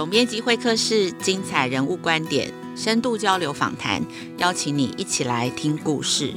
总编辑会客室，精彩人物观点，深度交流访谈，邀请你一起来听故事。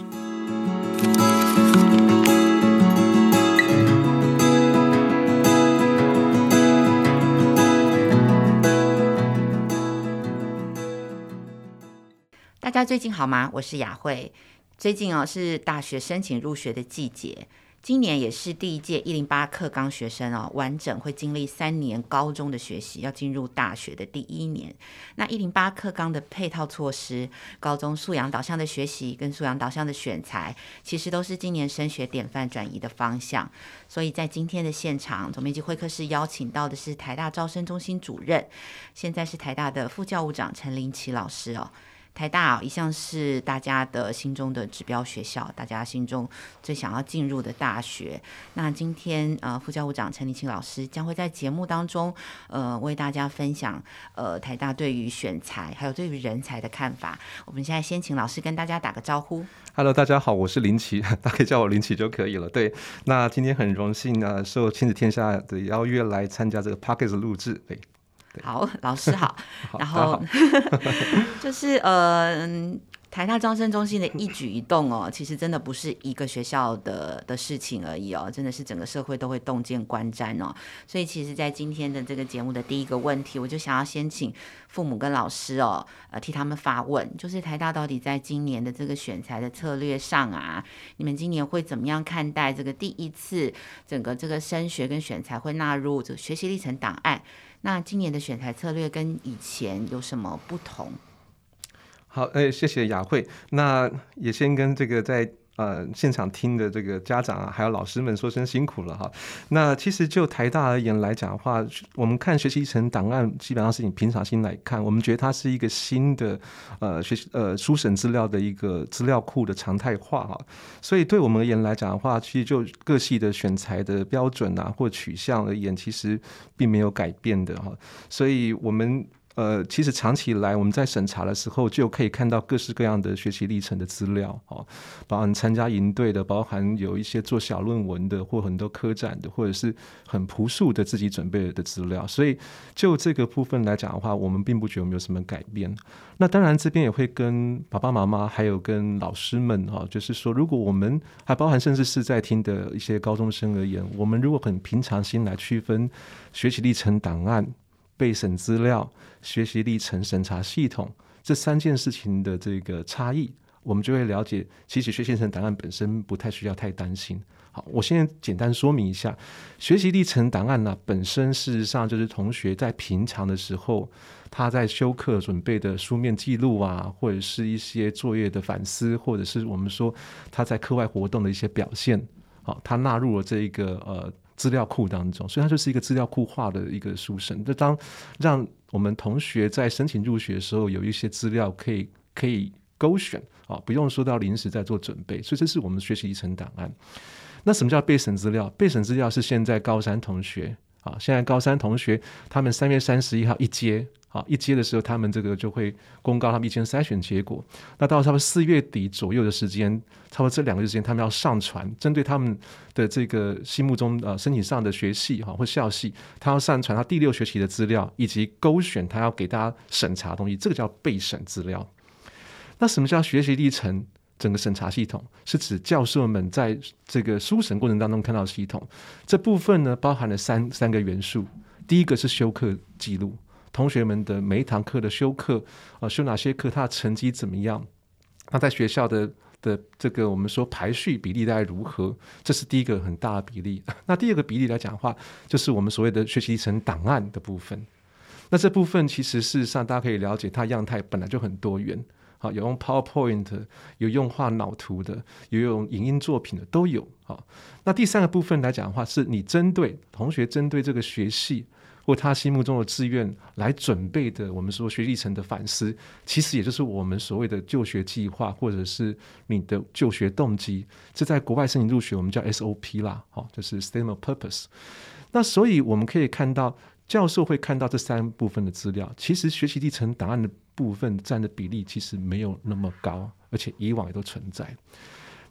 大家最近好吗？我是雅慧。最近是大学申请入学的季节，今年也是第一届108课纲学生完整会经历3年高中的学习，要进入大学的第1年。那108课纲的配套措施，高中素养导向的学习跟素养导向的选材，其实都是今年升学典范转移的方向。所以在今天的现场，总编辑会客室邀请到的是台大招生中心主任，现在是台大的副教务长陈麟琪老师台大一向是大家的心中的指标学校，大家心中最想要进入的大学。那今天副教务长陈麟琪老师将会在节目当中为大家分享台大对于选才还有对于人才的看法。我们现在先请老师跟大家打个招呼。 Hello， 大家好，我是麟琪，大家可以叫我麟琪就可以了。对，那今天很荣幸受亲子天下的邀约来参加这个 Podcast 录制。对。 好，老师好。然后就是台大招生中心的一举一动其实真的不是一个学校的事情而已真的是整个社会都会洞见观瞻所以其实在今天的这个节目的第一个问题，我就想要先请父母跟老师替他们发问，就是台大到底在今年的这个选才的策略上你们今年会怎么样看待这个第一次整个这个升学跟选才会纳入这个学习历程档案？那今年的选才策略跟以前有什么不同？ 好，谢谢雅慧。那也先跟这个在现场听的这个家长还有老师们说声辛苦了哈。那其实就台大而言来讲的话，我们看学习历程档案基本上是以平常心来看，我们觉得它是一个新的书审资料的一个资料库的常态化哈。所以对我们而言来讲的话，其实就各系的选材的标准或取向而言，其实并没有改变的哈。所以我们其实长期以来我们在审查的时候就可以看到各式各样的学习历程的资料包含参加营队的，包含有一些做小论文的，或很多科展的，或者是很朴素的自己准备的资料。所以就这个部分来讲的话，我们并不觉得有没有什么改变。那当然这边也会跟爸爸妈妈还有跟老师们就是说，如果我们还包含甚至是在听的一些高中生而言，我们如果很平常心来区分学习历程档案、备审资料、学习历程审查系统这3件事情的这个差异，我们就会了解其实学习历程档案本身不太需要太担心。好，我现在简单说明一下，学习历程档案本身事实上就是同学在平常的时候他在修课准备的书面记录或者是一些作业的反思，或者是我们说他在课外活动的一些表现，他纳入了这一个资料库当中，所以它就是一个资料库化的一个书审。就当让我们同学在申请入学的时候有一些资料可以勾选不用说到临时在做准备，所以这是我们学习历程档案。那什么叫备审资料？备审资料是现在高3同学现在高3同学他们3月31号一接的时候，他们这个就会公告他们一天筛选结果。那到差不多4月底左右的时间，差不多这2个月时间，他们要上传针对他们的这个心目中申请上的学系或校系，他要上传他第6学期的资料，以及勾选他要给大家审查的东西，这个叫备审资料。那什么叫学习历程整个审查系统？是指教授们在这个书审过程当中看到的系统。这部分呢，包含了三个元素。第一个是修课记录，同学们的每一堂课的修课修哪些课，他的成绩怎么样，那在学校的这个我们说排序比例大概如何，这是第一个很大的比例。那第二个比例来讲的话，就是我们所谓的学习历程档案的部分。那这部分其实事实上大家可以了解，它样态本来就很多元，有用 PowerPoint， 有用画脑图的，有用影音作品的，都有。那第3个部分来讲的话，是你同学针对这个学系或他心目中的志愿来准备的，我们说学历程的反思，其实也就是我们所谓的就学计划，或者是你的就学动机。这在国外申请入学我们叫 SOP 啦，就是 Statement of Purpose。 那所以我们可以看到教授会看到这3部分的资料，其实学习历程档案的部分占的比例其实没有那么高，而且以往也都存在。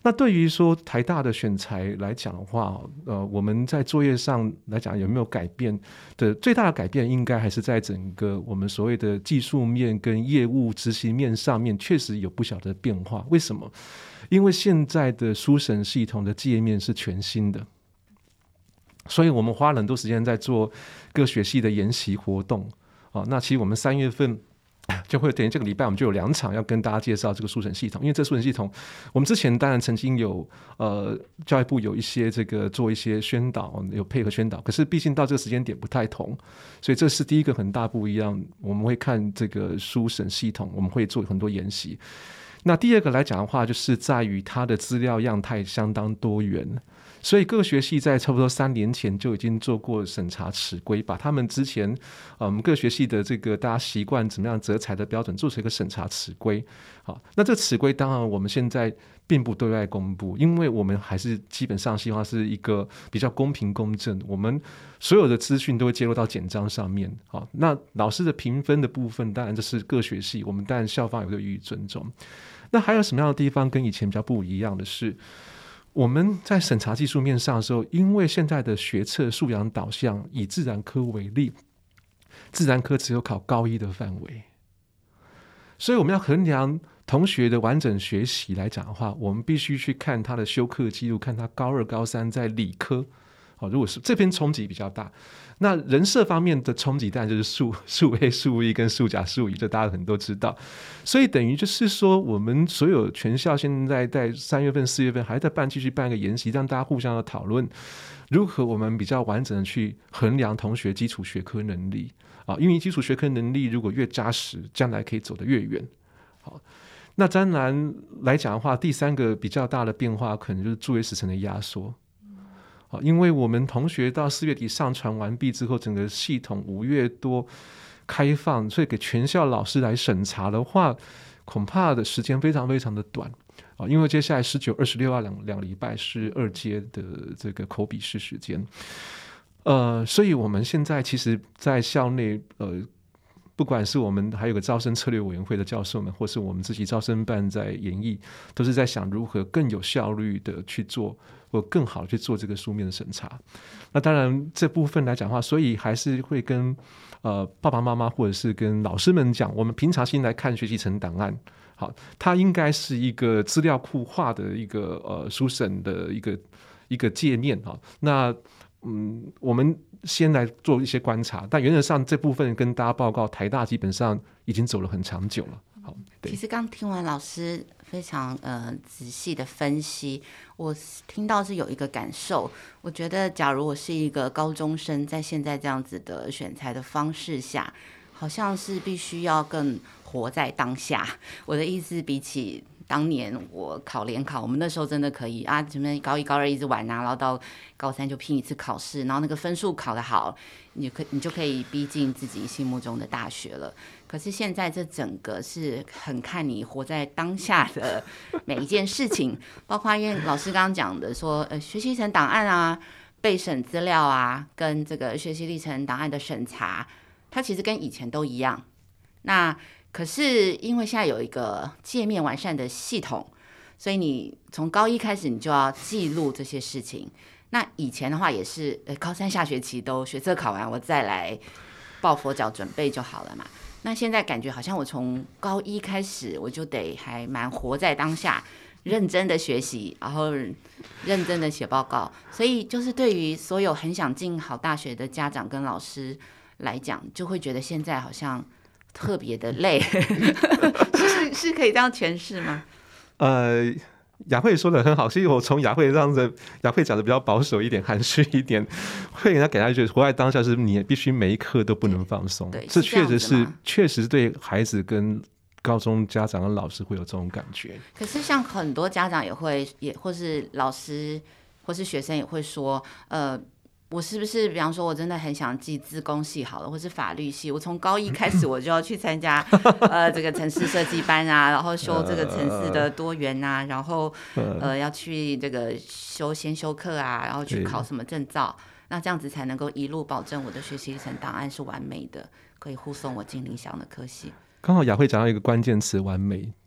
那对于说台大的选材来讲的话，我们在作业上来讲有没有改变的？最大的改变应该还是在整个我们所谓的技术面跟业务执行面上面，确实有不小的变化。为什么？因为现在的书审系统的界面是全新的，所以我们花了很多时间在做各学系的研习活动。那其实我们3月份就会等于这个礼拜我们就有2场要跟大家介绍这个书审系统，因为这书审系统我们之前当然曾经有教育部有一些这个做一些宣导，有配合宣导，可是毕竟到这个时间点不太同，所以这是第一个很大不一样。我们会看这个书审系统，我们会做很多研习。那第二个来讲的话，就是在于它的资料样态相当多元，所以各学系在差不多3年前就已经做过审查尺规，把他们之前各学系的这个大家习惯怎么样择才的标准做成一个审查尺规。好，那这尺规当然我们现在并不对外公布，因为我们还是基本上希望是一个比较公平公正，我们所有的资讯都会揭露到简章上面。好，那老师的评分的部分当然这是各学系，我们当然校方也会予以尊重。那还有什么样的地方跟以前比较不一样的是，我们在审查技术面上的时候，因为现在的学测素养导向，以自然科为例，自然科只有考高1的范围，所以我们要衡量同学的完整学习来讲的话，我们必须去看他的修课记录，看他高2、高3在理科。如果是这边冲击比较大，那人社方面的冲击当然就是数 A、数 E 跟数甲、数乙，这大家很多知道。所以等于就是说，我们所有全校现在在3月份、4月份还在继续办一个研习，让大家互相的讨论，如何我们比较完整的去衡量同学基础学科能力因为基础学科能力如果越扎实，将来可以走得越远。好，那当然来讲的话，第3个比较大的变化，可能就是作业时程的压缩。因为我们同学到4月底上传完毕之后，整个系统5月多开放，所以给全校老师来审查的话，恐怕的时间非常非常的短。因为接下来19、26要两礼拜是2阶的这个口笔试时间。所以我们现在其实在校内不管是我们还有个招生策略委员会的教授们，或是我们自己招生办在研议，都是在想如何更有效率的去做，或更好的去做这个书面的审查。那当然这部分来讲的话，所以还是会跟爸爸妈妈或者是跟老师们讲，我们平常心来看学习成档案。好，它应该是一个资料库化的一个书审的一个界面。那我们先来做一些观察，但原则上这部分跟大家报告，台大基本上已经走了很长久了。好，对， 其实刚听完老师非常仔细的分析，我听到是有一个感受，我觉得假如我是一个高中生，在现在这样子的选材的方式下，好像是必须要更活在当下。我的意思，比起当年我考联考，我们那时候真的可以前面高1、高2一直玩然后到高3就拼一次考试，然后那个分数考得好，你就可以逼近自己心目中的大学了。可是现在这整个是很看你活在当下的每一件事情，包括因为老师刚刚讲的说，学习历程档案啊、备审资料啊，跟这个学习历程档案的审查，它其实跟以前都一样。那可是因为现在有一个界面完善的系统，所以你从高1开始你就要记录这些事情。那以前的话也是高3下学期都学测考完，我再来抱佛脚准备就好了嘛。那现在感觉好像我从高1开始，我就得还蛮活在当下，认真的学习，然后认真的写报告。所以就是对于所有很想进好大学的家长跟老师来讲，就会觉得现在好像特别的累。是可以这样诠释吗？ 雅慧说的很好，其实我从雅慧讲的比较保守一点、含蓄一点，会给他觉得活在当下是你必须每一刻都不能放松。这确实对孩子跟高中家长跟老师会有这种感觉。 可是像很多家长也或是老师或是学生也会说，我是不是比方说我真的很想记资工系好了，或是法律系，我从高1开始我就要去参加这个程式设计班啊，然后修这个程式的多元啊，然后要去这个先修课啊，然后去考什么证照，那这样子才能够一路保证我的学习历程档案是完美的，可以护送我进理想的科系。 刚好雅慧讲到一个关键词完美，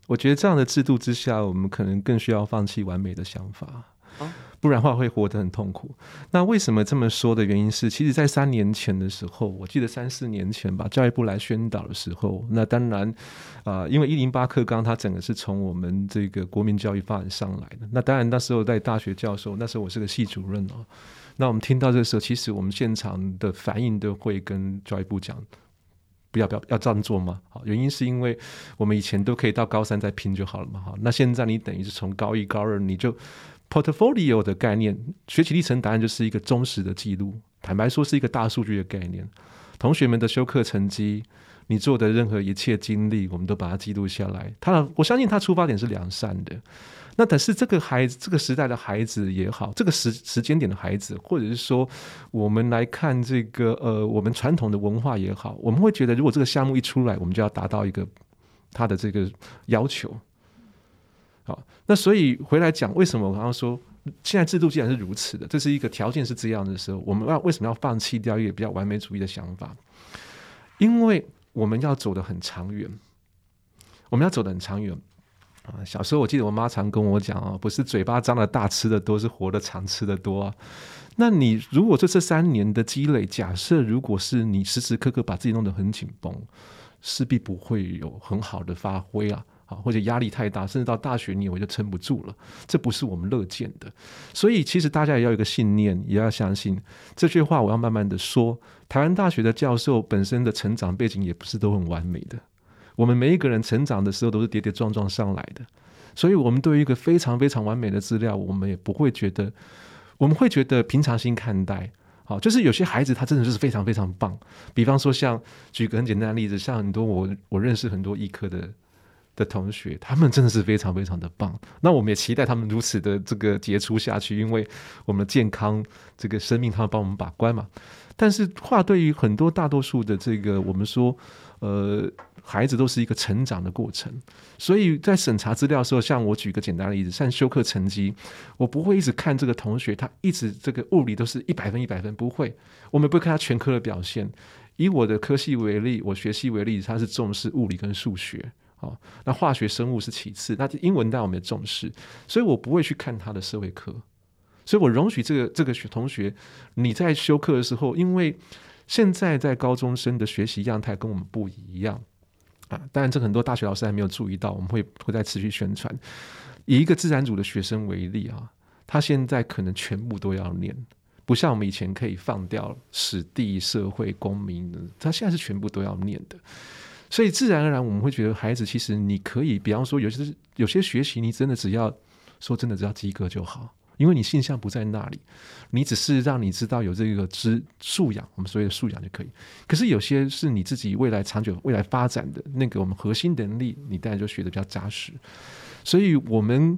我觉得这样的制度之下，我们可能更需要放弃完美的想法，不然的话会活得很痛苦。那为什么这么说的原因是，其实在3年前的时候，我记得3、4年前吧，教育部来宣导的时候，那当然因为108课纲它整个是从我们这个国民教育发展上来的，那当然那时候在大学教授，那时候我是个系主任那我们听到这个时候，其实我们现场的反应都会跟教育部讲，不要这样做吗？好，原因是因为我们以前都可以到高3再拼就好了嘛。好，那现在你等于是从高1、高2你就 portfolio 的概念，学习历程答案就是一个忠实的记录，坦白说是一个大数据的概念。同学们的修课成绩，你做的任何一切经历，我们都把它记录下来。我相信他出发点是良善的。那但是这个孩子，这个时代的孩子也好，这个时间点的孩子，或者是说我们来看这个我们传统的文化也好，我们会觉得如果这个项目一出来，我们就要达到一个他的这个要求。好，那所以回来讲，为什么我刚刚说现在制度既然是如此的，这是一个条件是这样的时候，我们为什么要放弃掉一个比较完美主义的想法？因为我们要走得很长远，我们要走得很长远。小时候我记得我妈常跟我讲不是嘴巴张的大吃的多，是活的长吃的多啊。那你如果这3年的积累，假设如果是你时时刻刻把自己弄得很紧绷，势必不会有很好的发挥啊，或者压力太大，甚至到大学你以为就撑不住了，这不是我们乐见的。所以其实大家也要有一个信念，也要相信这句话。我要慢慢的说，台湾大学的教授本身的成长背景也不是都很完美的，我们每一个人成长的时候都是跌跌撞撞上来的，所以我们对于一个非常非常完美的资料，我们也不会觉得，我们会觉得平常心看待。好，就是有些孩子他真的就是非常非常棒，比方说像举个很简单的例子，像很多我认识很多医科的同学，他们真的是非常非常的棒。那我们也期待他们如此的这个杰出下去，因为我们的健康这个生命他们帮我们把关嘛。但是话对于很多大多数的这个我们说孩子都是一个成长的过程，所以在审查资料的时候，像我举个简单的例子，像修课成绩，我不会一直看这个同学他一直这个物理都是100分100分，不会，我们不会看他全科的表现。以我的科系为例，我学系为例，他是重视物理跟数学，那化学生物是其次，那英文当然我们也重视，所以我不会去看他的社会科，所以我容许这个同学你在修课的时候，因为现在在高中生的学习样态跟我们不一样当然这很多大学老师还没有注意到，我们会再持续宣传。以一个自然组的学生为例他现在可能全部都要念，不像我们以前可以放掉史地社会公民，他现在是全部都要念的。所以自然而然我们会觉得孩子其实你可以，比方说有些学习你真的只要说真的只要及格就好，因为你性向不在那里，你只是让你知道有这个素养，我们所谓的素养就可以。可是有些是你自己未来长久未来发展的那个我们核心能力，你当然就学得比较扎实。所以我们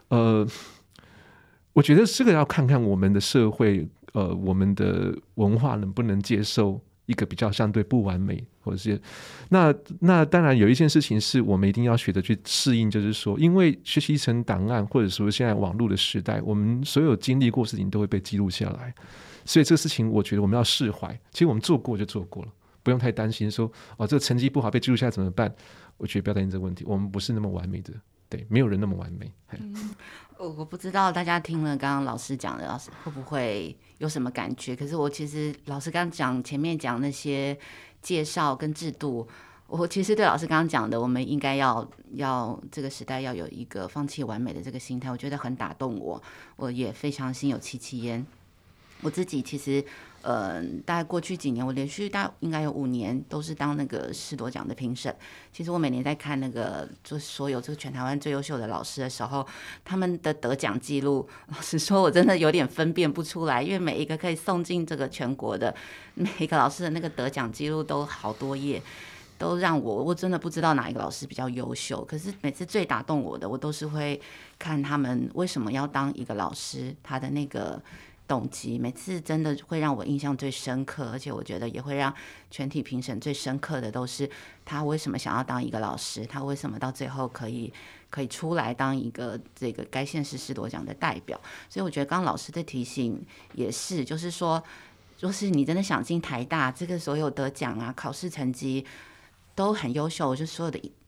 我觉得这个要看看我们的社会我们的文化能不能接受一个比较相对不完美，或者是那当然有一件事情是我们一定要学着去适应，就是说因为学习成档案，或者说现在网络的时代，我们所有经历过的事情都会被记录下来，所以这个事情我觉得我们要释怀，其实我们做过就做过了，不用太担心说这个成绩不好被记录下来怎么办，我觉得不要担心这个问题，我们不是那么完美的，对，没有人那么完美。 我不知道大家听了刚刚老师讲的，老师会不会有什么感觉？可是我其实老师刚讲前面讲那些介绍跟制度，我其实对老师刚刚讲的，我们应该要这个时代要有一个放弃完美的这个心态，我觉得很打动我，我也非常心有戚戚焉。我自己其实大概过去几年，我连续应该有5年都是当那个士铎奖的评审。其实我每年在看那个就所有这个全台湾最优秀的老师的时候，他们的得奖记录，老实说我真的有点分辨不出来，因为每一个可以送进这个全国的每一个老师的那个得奖记录都好多页，都让我真的不知道哪一个老师比较优秀。可是每次最打动我的，我都是会看他们为什么要当一个老师，他的那个动机，每次真的会让我印象最深刻，而且我觉得也会让全体评审最深刻的都是他为什么想要当一个老师，他为什么到最后可以出来当一个这个该县市士铎奖的代表。所以我觉得刚刚老师的提醒也是，就是说就是你真的想进台大，这个所有得奖考试成绩都很优秀，就所有的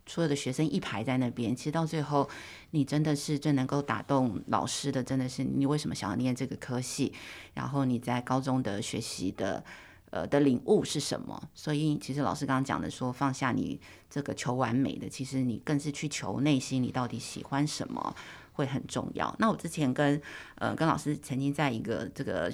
所有的学生一排在那边，其实到最后你真的是最能够打动老师的，真的是你为什么想要念这个科系，然后你在高中的学习的领悟是什么。所以其实老师刚刚讲的说放下你这个求完美的，其实你更是去求内心你到底喜欢什么会很重要。那我之前跟老师曾经在一个这个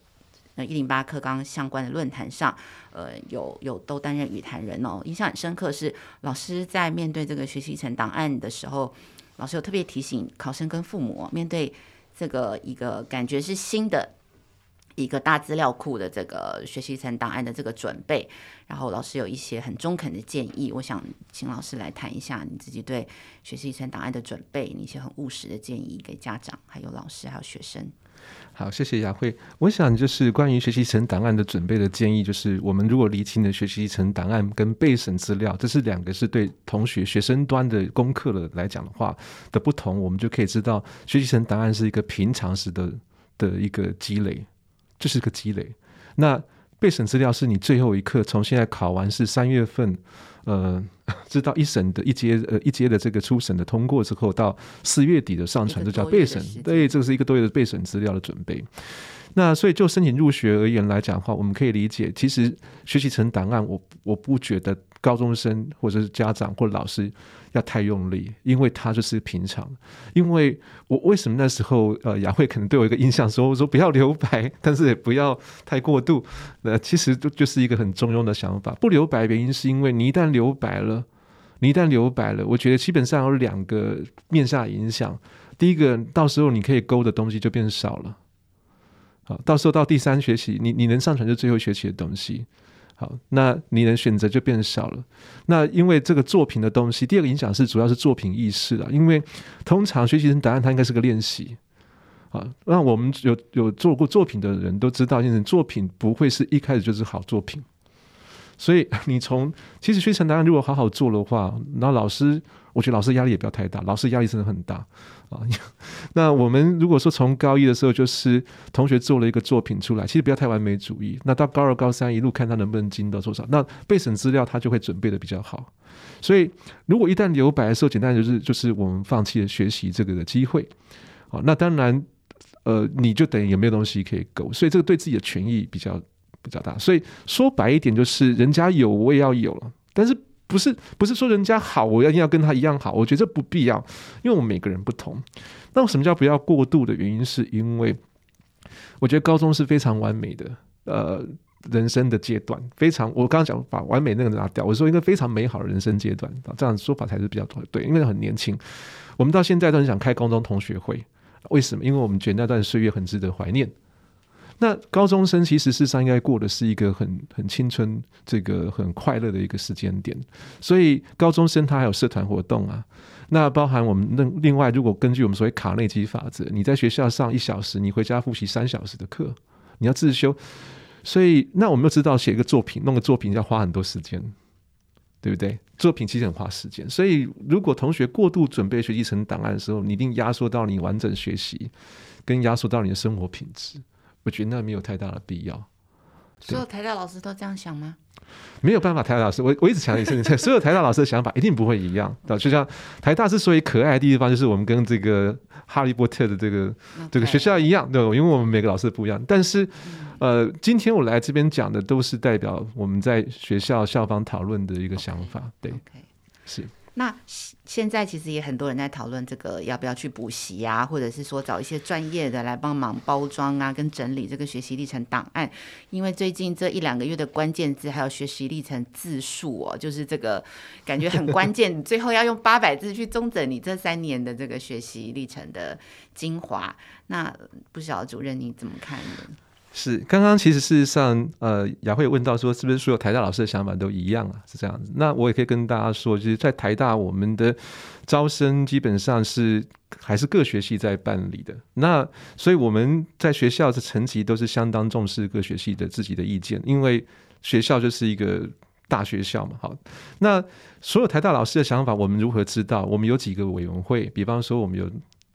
108课纲相关的论坛上，有都担任语坛人哦。印象很深刻是老师在面对这个学习历程档案的时候，老师有特别提醒考生跟父母面对这个一个感觉是新的一个大资料库的这个学习历程档案的这个准备，然后老师有一些很中肯的建议，我想请老师来谈一下你自己对学习历程档案的准备，你一些很务实的建议给家长、还有老师、还有学生。 好，谢谢雅慧。我想就是关于学习历程档案的准备的建议，就是我们如果厘清的学习历程档案跟备审资料，这是两个是对学生端的功课的来讲的话的不同，我们就可以知道学习历程档案是一个平常时的一个积累，就是个积累。那备审资料是你最后一刻，从现在考完是3月份，知道一审的一阶的这个初审的通过之后，到4月底的上传，这叫备审。对，这个是一个多月的备审资料的准备。那所以就申请入学而言来讲的话，我们可以理解，其实学习历程档案，我不觉得高中生或者是家长或老师要太用力，因为它就是平常。因为我为什么那时候雅慧可能对我一个印象说不要留白，但是也不要太过度，其实就是一个很中庸的想法。不留白原因是因为你一旦留白了，我觉得基本上有2个面向影响。第一个，到时候你可以勾的东西就变少了。好，到时候到第3学期，你能上传就最后学期的东西。好，那你能选择就变少了。那因为这个作品的东西，第二个影响是主要是作品意识啦。因为通常学习历程档案它应该是个练习。好，那我们有做过作品的人都知道，作品不会是一开始就是好作品。所以其实学习历程档案如果好好做的话，然后我觉得老师压力也不要太大，老师压力真的很大啊。那我们如果说从高1的时候，就是同学做了一个作品出来，其实不要太完美主义。那到高2、高3一路看他能不能精到多少，那备审资料他就会准备的比较好。所以如果一旦留白的时候，简单就是我们放弃了学习这个的机会。好，那当然你就等于有没有东西可以勾，所以这个对自己的权益比较大。所以说白一点，就是人家有我也要有了，但是不是说人家好我一定要跟他一样好，我觉得这不必要，因为我们每个人不同。那什么叫不要过度的原因，是因为我觉得高中是非常完美的人生的阶段，我刚刚讲把完美那个拿掉，我说一个非常美好的人生阶段，这样说法才是比较对，因为很年轻。我们到现在都很想开高中同学会，为什么？因为我们觉得那段岁月很值得怀念。那高中生其实事实上应该过的是一个很青春、这个很快乐的一个时间点，所以高中生他还有社团活动啊。那包含我们另外，如果根据我们所谓卡内基法则，你在学校上1小时，你回家复习3小时的课，你要自修。所以那我们又知道写一个作品，弄个作品要花很多时间，对不对？作品其实很花时间，所以如果同学过度准备学习历程档案的时候，你一定压缩到你完整学习，跟压缩到你的生活品质。我觉得那没有太大的必要。 所有台大老师都这样想吗？ 没有办法，台大老师，我一直强调一次，所有台大老师的想法一定不会一样。就像台大之所以可爱的地方，就是我们跟这个哈利波特的这个学校一样，对吧？因为我们每个老师不一样。但是，今天我来这边讲的都是代表我们在学校校方讨论的一个想法，对，是。 那现在其实也很多人在讨论这个要不要去补习啊，或者是说找一些专业的来帮忙包装啊，跟整理这个学习历程档案。因为最近这1-2个月的关键字还有学习历程字数哦，就是这个感觉很关键，最后要用800字去综整你这3年的这个学习历程的精华。那不晓得主任你怎么看呢？ 是，刚刚其实事实上，雅慧问到说，是不是所有台大老师的想法都一样啊？是这样子。那我也可以跟大家说，就是在台大，我们的招生基本上还是各学系在办理的。那所以我们在学校的层级都是相当重视各学系的自己的意见，因为学校就是一个大学校嘛。好，那所有台大老师的想法，我们如何知道？我们有几个委员会，比方说我们有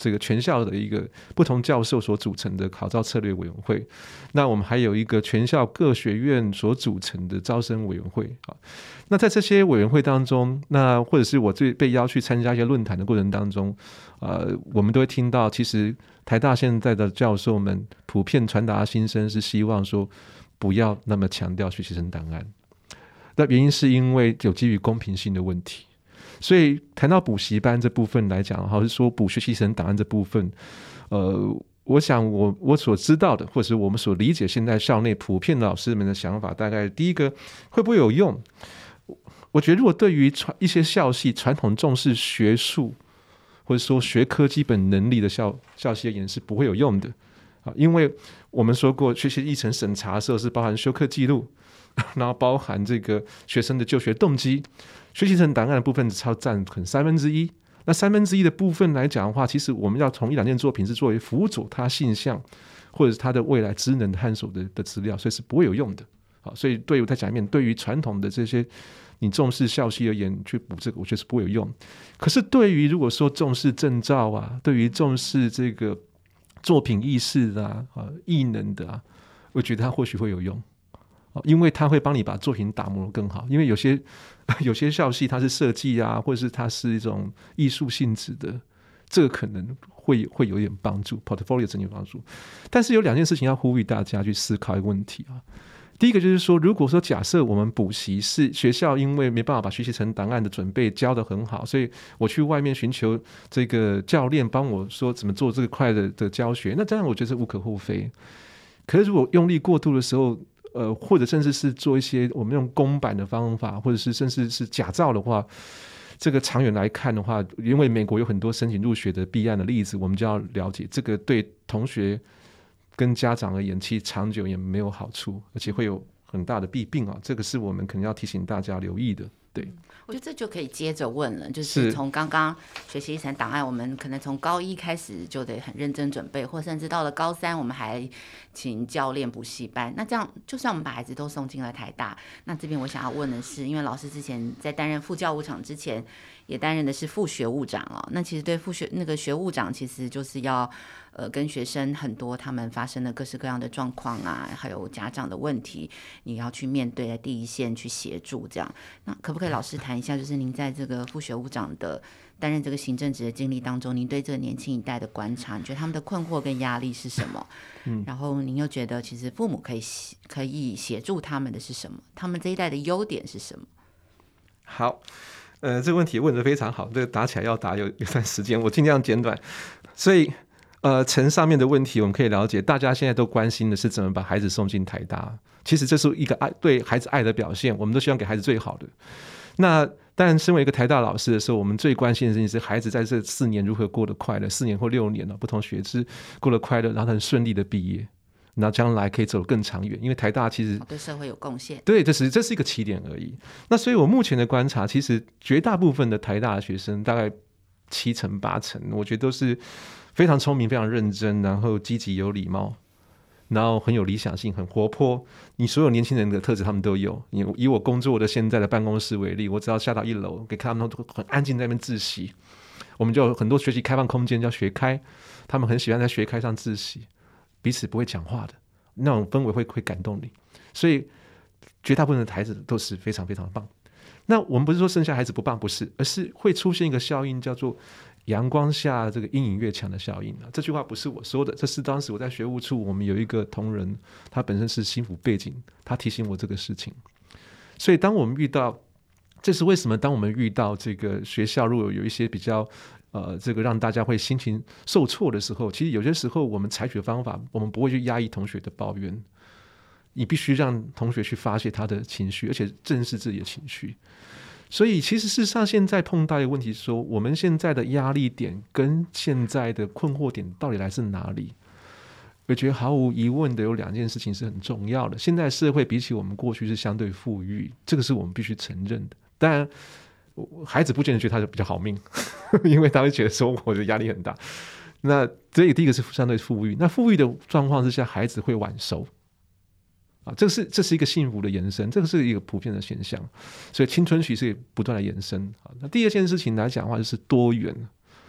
这个全校的一个不同教授所组成的考招策略委员会，那我们还有一个全校各学院所组成的招生委员会。那在这些委员会当中，那或者是我被邀去参加一些论坛的过程当中，我们都会听到，其实台大现在的教授们普遍传达的心声是希望说不要那么强调学习成档案。那原因是因为有基于公平性的问题。所以谈到补习班这部分来讲，或是说补学习成档案这部分，我想我所知道的，或者是我们所理解现在校内普遍的老师们的想法，大概第一个会不会有用？我觉得如果对于一些校系传统重视学术或者说学科基本能力的校系而言是不会有用的。因为我们说过学习历程审查的时候是包含修课记录，然后包含这个学生的就学动机，学习成档案的部分只占可能1/3。那1/3的部分来讲的话，其实我们要从一两件作品是作为辅佐他性向或者是他的未来知能探索的资料，所以是不会有用的。所以对我再讲一遍，对于传统的这些你重视校系而言去补这个，我觉得是不会有用。可是对于如果说重视证照啊，对于重视这个作品意识的艺能的啊，我觉得它或许会有用。因为它会帮你把作品打磨得更好。因为有些校系它是设计啊，或者是它是一种艺术性质的，这个可能会有点帮助 ，portfolio 真有帮助。但是有两件事情要呼吁大家去思考一个问题啊。第一个就是说，如果说假设我们补习是学校因为没办法把学习成档案的准备教得很好，所以我去外面寻求这个教练帮我说怎么做这个块的教学，那当然我觉得是无可厚非。可是如果用力过度的时候，或者甚至是做一些我们用公版的方法，或者是甚至是假造的话，这个长远来看的话，因为美国有很多申请入学的弊案的例子，我们就要了解这个对同学跟家长而言，其实长久也没有好处，而且会有很大的弊病啊，这个是我们可能要提醒大家留意的。对， 我觉得这就可以接着问了，就是从刚刚学习历程档案，我们可能从高一开始就得很认真准备，或甚至到了高3，我们还请教练补习班。那这样，就算我们把孩子都送进了台大，那这边我想要问的是，因为老师之前在担任副教务长之前，也担任的是副学务长哦。那其实对那个学务长，其实就是要跟学生很多他们发生的各式各样的状况啊，还有家长的问题，你要去面对，在第一线去协助这样。那可不可以老师谈一下，就是您在这个副学务长的担任这个行政职的经历当中，您对这个年轻一代的观察，你觉得他们的困惑跟压力是什么？然后您又觉得其实父母可以协助他们的是什么？他们这一代的优点是什么？ 好，这个问题问得非常好，这个打起来要打有段时间，我尽量简短。所以从上面的问题我们可以了解，大家现在都关心的是怎么把孩子送进台大。其实这是一个对孩子爱的表现，我们都希望给孩子最好的。那当然身为一个台大老师的时候，我们最关心的事情是孩子在这4年如何过得快乐，4年或6年不同学制过得快乐，然后很顺利的毕业，然后将来可以走得更长远。因为台大其实对社会有贡献， 对，这是一个起点而已。那所以我目前的观察，其实绝大部分的台大的学生，大概7成8成，我觉得都是非常聪明、非常认真，然后积极有礼貌，然后很有理想性，很活泼。你所有年轻人的特质他们都有。以我工作的现在的办公室为例，我只要下到1楼，给他们都很安静在那边自习。我们就有很多学习开放空间叫学开，他们很喜欢在学开上自习，彼此不会讲话的那种氛围会感动你。所以绝大部分的孩子都是非常非常棒。那我们不是说剩下孩子不棒，不是，而是会出现一个效应，叫做阳光下这个阴影越强的效应。这句话不是我说的，这是当时我在学务处，我们有一个同仁，他本身是心辅背景，他提醒我这个事情。所以当我们遇到，这是为什么当我们遇到这个学校如果有一些比较这个让大家会心情受挫的时候，其实有些时候我们采取的方法，我们不会去压抑同学的抱怨，你必须让同学去发泄他的情绪，而且正视自己的情绪。所以其实事实上现在碰到一个问题是说，我们现在的压力点跟现在的困惑点到底来自哪里？我觉得毫无疑问的有2件事情是很重要的。现在社会比起我们过去是相对富裕，这个是我们必须承认的。当然孩子不见得觉得他比较好命因为他会觉得说我的压力很大。那这个第一个是相对富裕，那富裕的状况之下孩子会晚熟这是一个幸福的延伸，这个是一个普遍的现象。所以青春期是不断的延伸。那第二件事情来讲的话就是多元。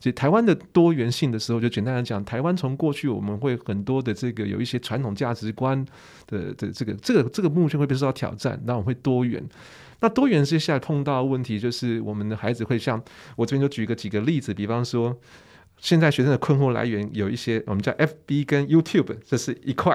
所以台湾的多元性的时候，就简单来讲，台湾从过去我们会很多的这个有一些传统价值观的这个目前会被受到挑战，那我们会多元。那多元接下来碰到的问题就是我们的孩子会像我这边就举几个例子，比方说现在学生的困惑来源有一些我们叫 FB 跟 YouTube， 这是一块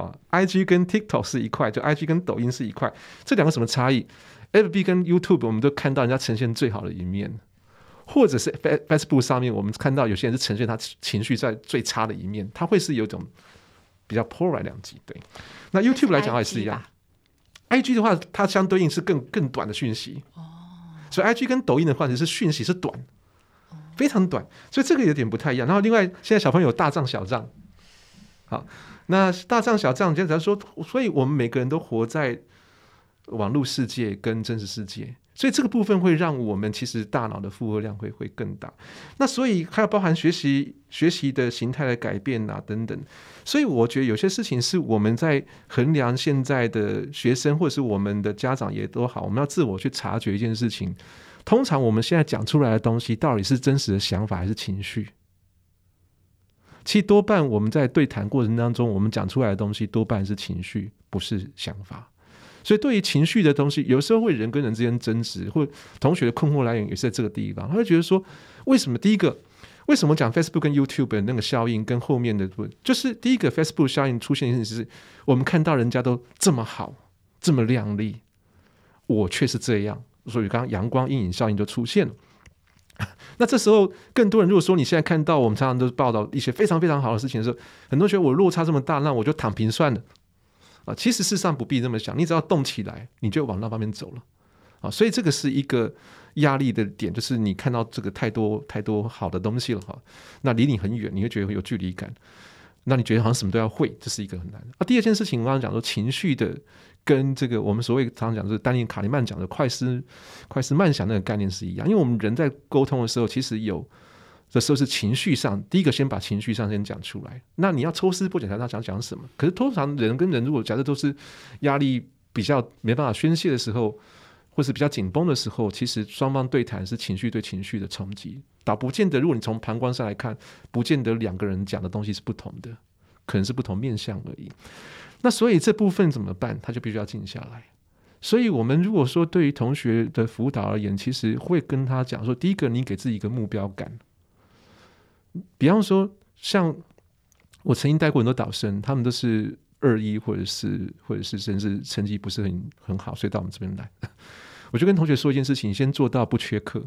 IG 跟 TikTok 是一块，就 IG 跟抖音是一块，这两个什么差异？ FB 跟 YouTube 我们都看到人家呈现最好的一面，或者是 Facebook 上面我们看到有些人是呈现他情绪在最差的一面，他会是有一种比较 polar 两极。对，那 YouTube 来讲也是一样。IG 的话它相对应是更短的讯息，所以 IG 跟抖音的话只是讯息是短，非常短，所以这个有点不太一样。然后另外现在小朋友有大账小账，好，那大账小账就是说，所以我们每个人都活在网络世界跟真实世界，所以这个部分会让我们其实大脑的负荷量会更大。那所以还有包含学习的形态的改变啊等等。所以我觉得有些事情是我们在衡量现在的学生或者是我们的家长也都好，我们要自我去察觉一件事情。通常我们现在讲出来的东西到底是真实的想法还是情绪？其实多半我们在对谈过程当中，我们讲出来的东西多半是情绪，不是想法。所以对于情绪的东西，有时候会人跟人之间争执，或同学的困惑来源也是在这个地方。他会觉得说，为什么第一个，为什么讲 Facebook 跟 YouTube 的那个效应跟后面的，就是第一个 Facebook 效应出现的是，我们看到人家都这么好，这么亮丽，我却是这样，所以刚刚阳光阴影效应就出现了。那这时候更多人如果说你现在看到我们常常都报道一些非常非常好的事情的时候，很多人觉得我落差这么大，那我就躺平算了。其实事实上不必那么想，你只要动起来你就往那方面走了。所以这个是一个压力的点，就是你看到这个太多好的东西了，那离你很远，你会觉得有距离感，那你觉得好像什么都要会，这是一个很难的。第二件事情我刚刚讲说情绪的跟这个我们所谓常常讲就是丹尼卡尼曼讲的快思慢想那个概念是一样，因为我们人在沟通的时候其实有的时候是情绪上，第一个先把情绪上先讲出来，那你要抽丝剥茧他想讲什么。可是通常人跟人如果假设都是压力比较没办法宣泄的时候，或是比较紧绷的时候，其实双方对谈是情绪对情绪的冲击，倒不见得如果你从旁观上来看，不见得两个人讲的东西是不同的，可能是不同面向而已。那所以这部分怎么办？他就必须要静下来。所以我们如果说对于同学的辅导而言，其实会跟他讲说，第一个你给自己一个目标感，比方说像我曾经带过很多导生，他们都是2-1或者是甚至成绩不是很好，所以到我们这边来，我就跟同学说一件事情，先做到不缺课，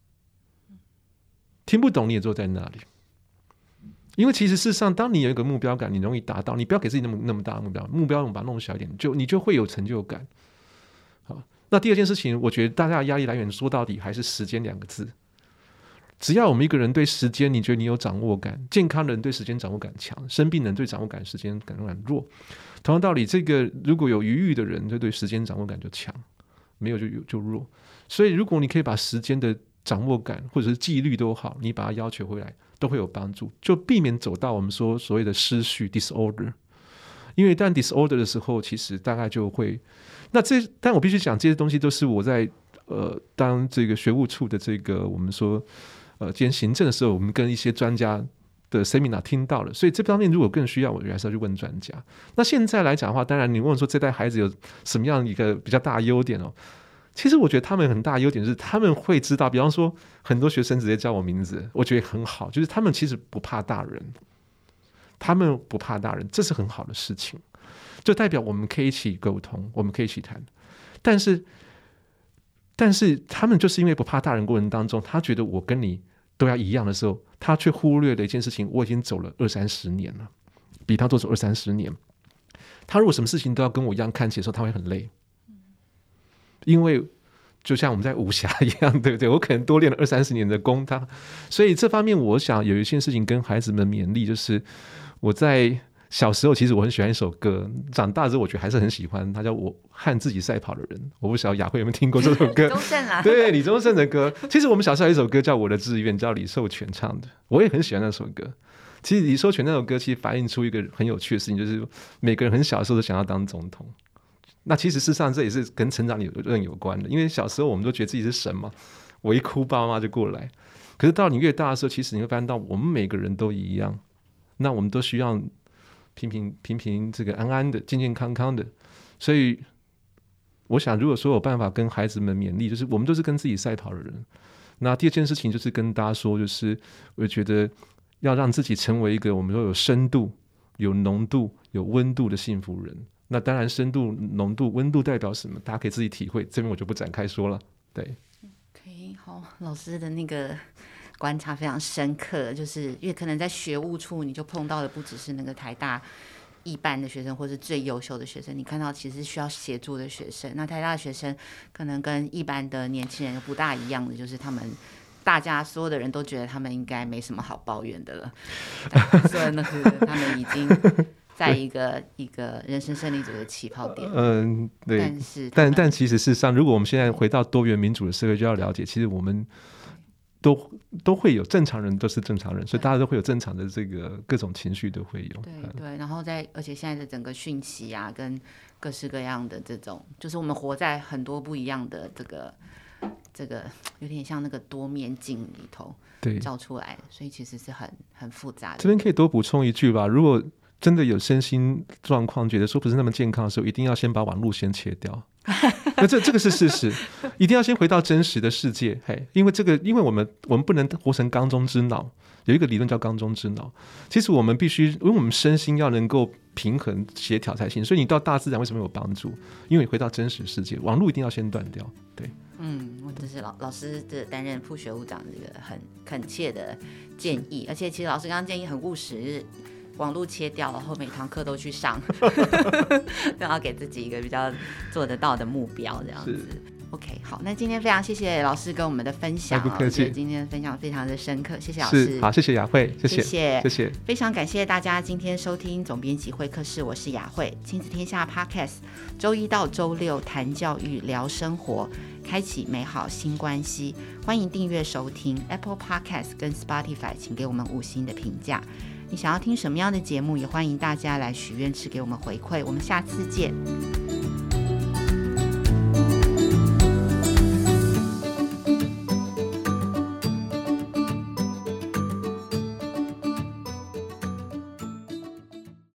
听不懂你也坐在那里。因为其实事实上当你有一个目标感，你容易达到，你不要给自己那么大的目标我们把它弄小一点，你就会有成就感。好，那第二件事情，我觉得大家的压力来源说到底还是时间2个字。只要我们一个人对时间你觉得你有掌握感，健康人对时间掌握感强，生病人对掌握感时间感弱。同样道理，这个如果有余裕的人就对时间掌握感就强，没有就弱。所以如果你可以把时间的掌握感或者是纪律都好，你把它要求回来都会有帮助，就避免走到我们说所谓的失序 disorder。 因为一旦 disorder 的时候，其实大概就会但我必须讲，这些东西都是我在当这个学务处的这个我们说今天行政的时候，我们跟一些专家的 seminar 听到了，所以这方面如果更需要，我还是要去问专家。那现在来讲的话，当然你问说这代孩子有什么样一个比较大的优点其实我觉得他们很大的优点是他们会知道，比方说很多学生直接叫我名字，我觉得很好，就是他们其实不怕大人，这是很好的事情，就代表我们可以一起沟通，我们可以一起谈。但是他们就是因为不怕大人过程当中，他觉得我跟你都要一样的时候，他却忽略了一件事情，我已经走了20-30年了，比他多走20-30年。他如果什么事情都要跟我一样看起的时候，他会很累，因为就像我们在武侠一样，对不对？我可能多练了20-30年的功，所以这方面我想有一件事情跟孩子们勉励，就是我在小时候其实我很喜欢一首歌，长大之后我觉得还是很喜欢，它叫我和自己赛跑的人。我不晓得雅慧有没有听过这首歌？ 李宗盛啊， 对，李宗盛的歌。其实我们小时候有一首歌叫《我的志愿》，叫李寿全唱的，我也很喜欢那首歌。其实李寿全那首歌其实反映出一个很有趣的事情，就是每个人很小的时候都想要当总统。那其实事实上这也是跟成长理论有关的，因为小时候我们都觉得自己是神嘛， 我一哭爸妈就过来。可是到你越大的时候，其实你会发现到我们每个人都一样，那我们都需要平平这个安安的健健康康的。所以我想如果说有办法跟孩子们勉励，就是我们都是跟自己赛跑的人。那第二件事情就是跟大家说，就是我觉得要让自己成为一个我们说有深度有浓度有温度的幸福人。那当然深度浓度温度代表什么大家可以自己体会，这边我就不展开说了。对， OK， 好，老师的那个观察非常深刻，就是因为可能在学务处你就碰到的不只是那个台大一般的学生或是最优秀的学生，你看到其实需要协助的学生。那台大的学生可能跟一般的年轻人不大一样的，就是他们大家所有的人都觉得他们应该没什么好抱怨的了，所以那是他们已经在一个人生胜利组的起跑点。 对。 但但其实事实上，如果我们现在回到多元民主的社会，就要了解，其实我们都会有正常人，都是正常人，所以大家都会有正常的这个各种情绪都会有。 对，然后而且现在的整个讯息啊，跟各式各样的这种，就是我们活在很多不一样的这个有点像那个多面镜里头照出来的，所以其实是很复杂的。 这边可以多补充一句吧，如果真的有身心状况觉得说不是那么健康的时候，一定要先把网络先切掉。那这个是事实，一定要先回到真实的世界。因为我们不能活成缸中之脑，有一个理论叫缸中之脑。其实我们必须，因为我们身心要能够平衡协调才行。所以你到大自然为什么有帮助？因为你回到真实世界，网络一定要先断掉。对， 这是老师的担任副学务长这个很恳切的建议，而且其实老师刚刚建议很务实，就是网络切掉，然后每堂课都去上，然后给自己一个比较做得到的目标，这样子。OK， 好，那今天非常谢谢老师跟我们的分享， 不客气， 今天分享非常的深刻，谢谢老师。 好，谢谢雅慧，谢谢， 非常感谢大家今天收听总编辑会客室，我是雅慧，亲子天下 Podcast， 周一到周六谈教育聊生活，开启美好新关系，欢迎订阅收听 Apple Podcast 跟 Spotify， 请给我们5星的评价。你想要听什么样的节目，也欢迎大家来许愿池给我们回馈，我们下次见。